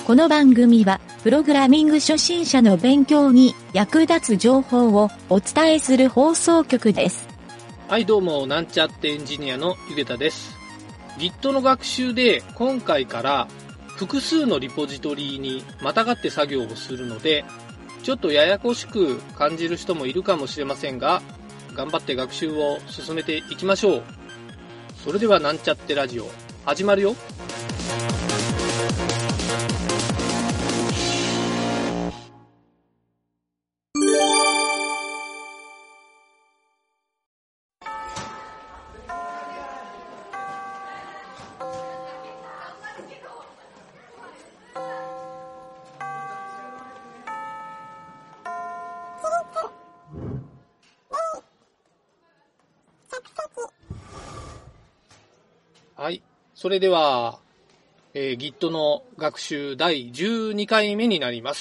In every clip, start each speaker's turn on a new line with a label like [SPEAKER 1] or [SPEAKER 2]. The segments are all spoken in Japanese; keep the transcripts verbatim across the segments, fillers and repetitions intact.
[SPEAKER 1] この番組はプログラミング初心者の勉強に役立つ情報をお伝えする放送局です。
[SPEAKER 2] はい、どうもなんちゃってエンジニアのゆげたです。 Git の学習で今回から複数のリポジトリにまたがって作業をするので、ちょっとややこしく感じる人もいるかもしれませんが、頑張って学習を進めていきましょう。それではなんちゃってラジオ始まるよ。はい。それでは、えー、Git の学習だいじゅうにかいめになります。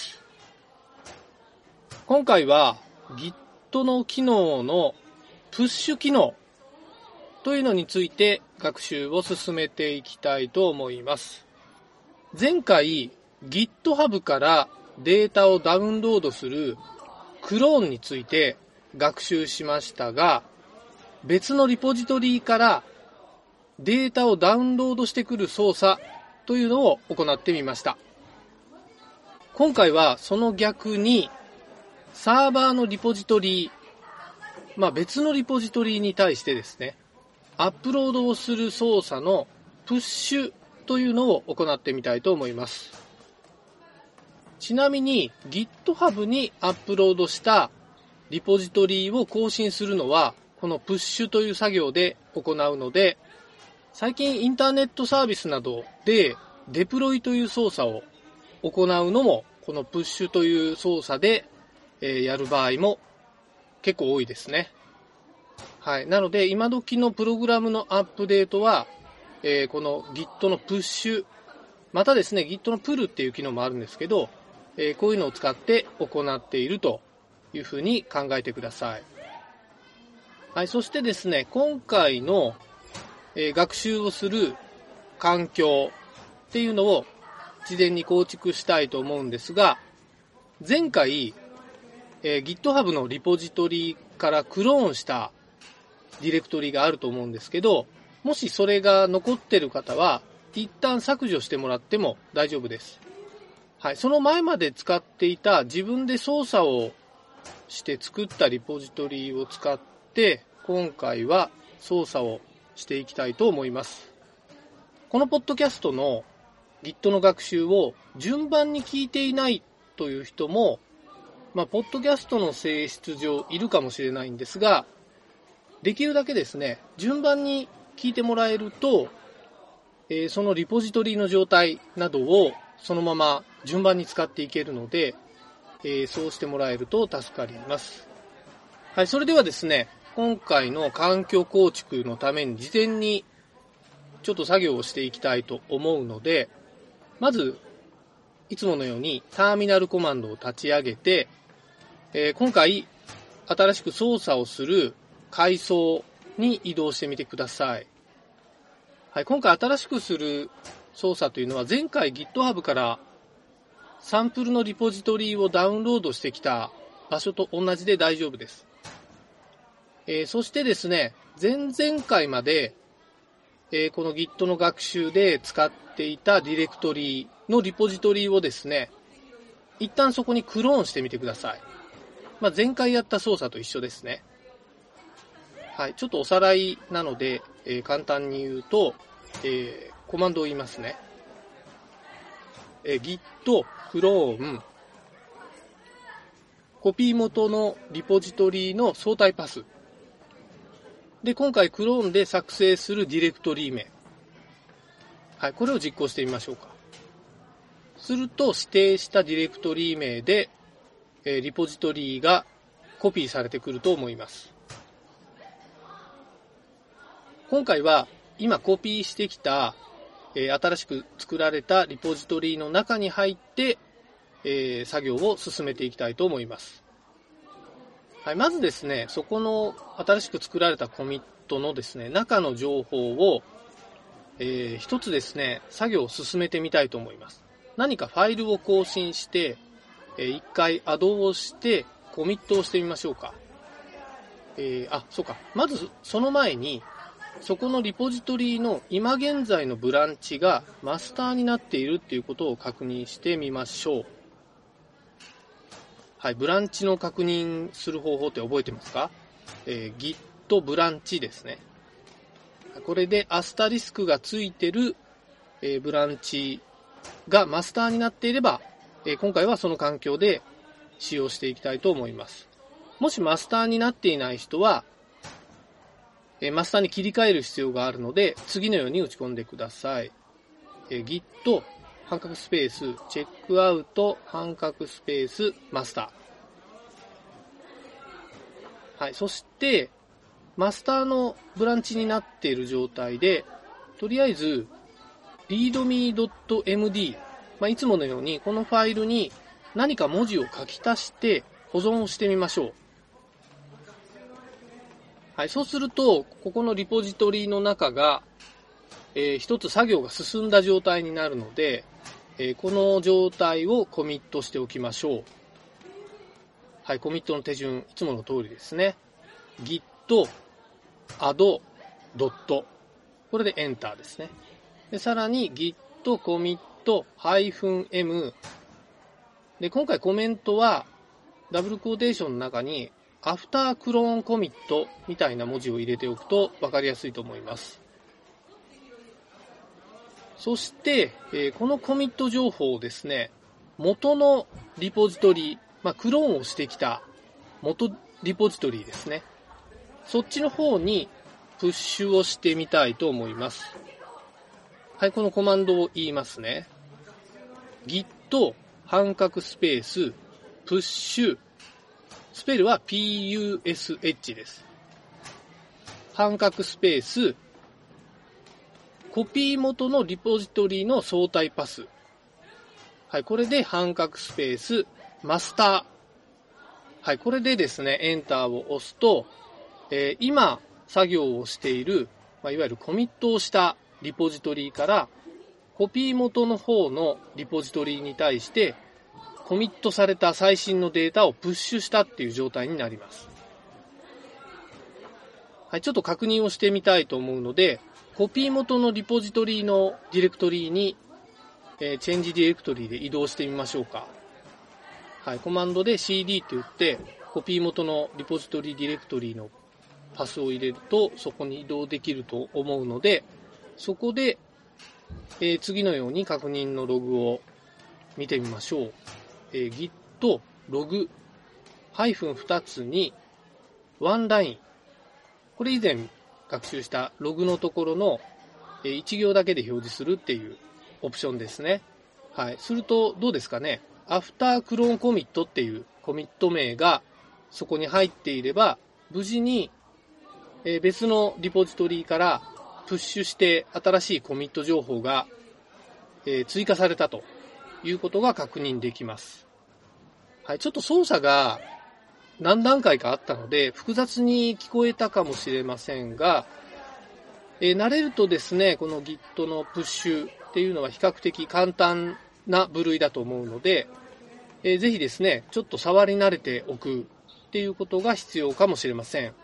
[SPEAKER 2] 今回は Git の機能のプッシュ機能というのについて学習を進めていきたいと思います。前回 GitHub からデータをダウンロードするクローンについて学習しましたが、別のリポジトリからデータをダウンロードしてくる操作というのを行ってみました。今回はその逆にサーバーのリポジトリ、まあ別のリポジトリに対してですね、アップロードをする操作のプッシュというのを行ってみたいと思います。ちなみに GitHub にアップロードしたリポジトリを更新するのはこのプッシュという作業で行うので、最近インターネットサービスなどでデプロイという操作を行うのもこのプッシュという操作でやる場合も結構多いですね。はい。なので今時のプログラムのアップデートはこの Git のプッシュ、またですね Git のプルっていう機能もあるんですけど、こういうのを使って行っているというふうに考えてください。はい。そしてですね、今回のえー、学習をする環境っていうのを事前に構築したいと思うんですが、前回、えー、GitHub のリポジトリからクローンしたディレクトリがあると思うんですけど、もしそれが残ってる方は一旦削除してもらっても大丈夫です。はい、その前まで使っていた自分で操作をして作ったリポジトリを使って今回は操作をしていきたいと思います。このポッドキャストの Git の学習を順番に聞いていないという人も、まあ、ポッドキャストの性質上いるかもしれないんですが、できるだけですね、順番に聞いてもらえると、えー、そのリポジトリの状態などをそのまま順番に使っていけるので、えー、そうしてもらえると助かります。はい、それではですね、今回の環境構築のために事前にちょっと作業をしていきたいと思うので、まずいつものようにターミナルコマンドを立ち上げて、えー、今回新しく操作をする階層に移動してみてください。はい、今回新しくする操作というのは前回 GitHub からサンプルのリポジトリをダウンロードしてきた場所と同じで大丈夫です。えー、そしてですね、前々回まで、えー、この Git の学習で使っていたディレクトリのリポジトリをですね、一旦そこにクローンしてみてください。まあ、前回やった操作と一緒ですね。はい、ちょっとおさらいなので、えー、簡単に言うと、えー、コマンドを言いますね。えー、Git クローンコピー元のリポジトリの相対パス。で、今回クローンで作成するディレクトリ名。はい、これを実行してみましょうか。すると、指定したディレクトリ名で、えー、リポジトリがコピーされてくると思います。今回は、今コピーしてきた、えー、新しく作られたリポジトリの中に入って、えー、作業を進めていきたいと思います。はい、まずですね、そこの新しく作られたコミットのですね、中の情報を、えー、一つですね、作業を進めてみたいと思います。 何かファイルを更新して、えー、一回アドをしてコミットをしてみましょうか。えー、あ、そうか。まずその前に、そこのリポジトリの今現在のブランチがマスターになっているっていうことを確認してみましょう。はい、ブランチの確認する方法って覚えてますか？えー、Git ブランチですね。これでアスタリスクがついてる、えー、ブランチがマスターになっていれば、えー、今回はその環境で使用していきたいと思います。もしマスターになっていない人は、えー、マスターに切り替える必要があるので、次のように打ち込んでください。えー、Git半角スペースチェックアウト半角スペースマスター。はい、そしてマスターのブランチになっている状態で、とりあえず リードミードットエムディー、まあ、いつものようにこのファイルに何か文字を書き足して保存をしてみましょう。はい、そうするとここのリポジトリの中が、えー、一つ作業が進んだ状態になるので、えー、この状態をコミットしておきましょう。はい、コミットの手順、いつもの通りですね。Git、add、dot。これでエンターですね。で、さらに Git、commit、-m。で、今回コメントは、ダブルクォーテーションの中に、after clone commit みたいな文字を入れておくと分かりやすいと思います。そして、えー、このコミット情報をですね、元のリポジトリ、まあ、クローンをしてきた元リポジトリですね。そっちの方にプッシュをしてみたいと思います。はい、このコマンドを言いますね。Git 半角スペースプッシュ、スペルは ピーユーエスエイチ です。半角スペースコピー元のリポジトリの相対パス。はい、これで半角スペースマスター。はい、これでですね、エンターを押すと、えー、今作業をしている、まあ、いわゆるコミットをしたリポジトリからコピー元の方のリポジトリに対してコミットされた最新のデータをプッシュしたっていう状態になります。はい、ちょっと確認をしてみたいと思うので、コピー元のリポジトリのディレクトリに、えー、チェンジディレクトリで移動してみましょうか。はい、コマンドで シーディー って言って、コピー元のリポジトリディレクトリのパスを入れると、そこに移動できると思うので、そこで、えー、次のように確認のログを見てみましょう。えー、Git ログハイフンふたつにワンライン。これ以前学習したログのところのいち行だけで表示するっていうオプションですね。はい。するとどうですかね。After Clone Commit っていうコミット名がそこに入っていれば、無事に別のリポジトリからプッシュして新しいコミット情報が追加されたということが確認できます。はい。ちょっと操作が何段階かあったので複雑に聞こえたかもしれませんが、えー、慣れるとですね、この Git のプッシュっていうのは比較的簡単な部類だと思うので、えー、ぜひですね、ちょっと触り慣れておくっていうことが必要かもしれません。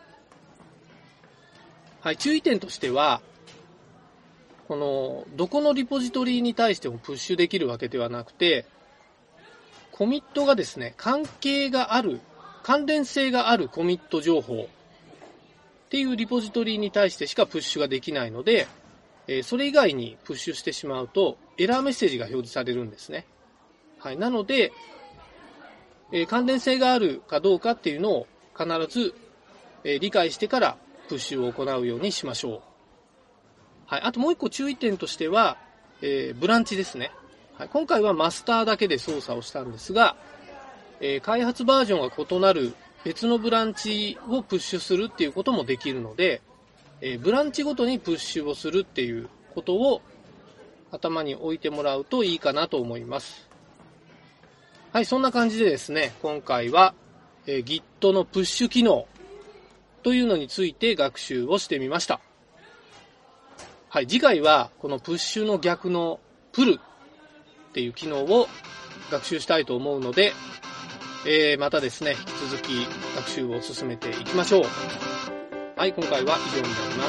[SPEAKER 2] はい、注意点としては、このどこのリポジトリに対してもプッシュできるわけではなくて、コミットがですね、関係がある関連性があるコミット情報っていうリポジトリに対してしかプッシュができないので、それ以外にプッシュしてしまうとエラーメッセージが表示されるんですね。はい、なので、関連性があるかどうかっていうのを必ず理解してからプッシュを行うようにしましょう。はい、あともう一個注意点としては、えー、ブランチですね。はい、今回はマスターだけで操作をしたんですが、えー、開発バージョンが異なる別のブランチをプッシュするっていうこともできるので、えー、ブランチごとにプッシュをするっていうことを頭に置いてもらうといいかなと思います。はい、そんな感じでですね、今回は、えー、Git のプッシュ機能というのについて学習をしてみました。はい、次回はこのプッシュの逆のプルっていう機能を学習したいと思うので、えー、またですね、引き続き学習を進めていきましょう。はい、今回は以上になります。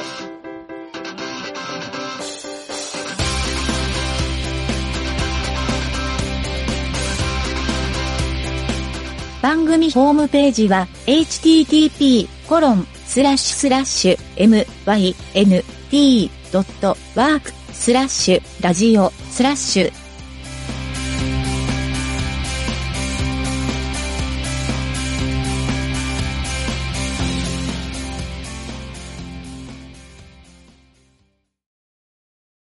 [SPEAKER 1] 番組ホームページは エイチティーティーピーコロンスラッシュスラッシュエムワイエヌティードットワークスラッシュラジオスラッシュ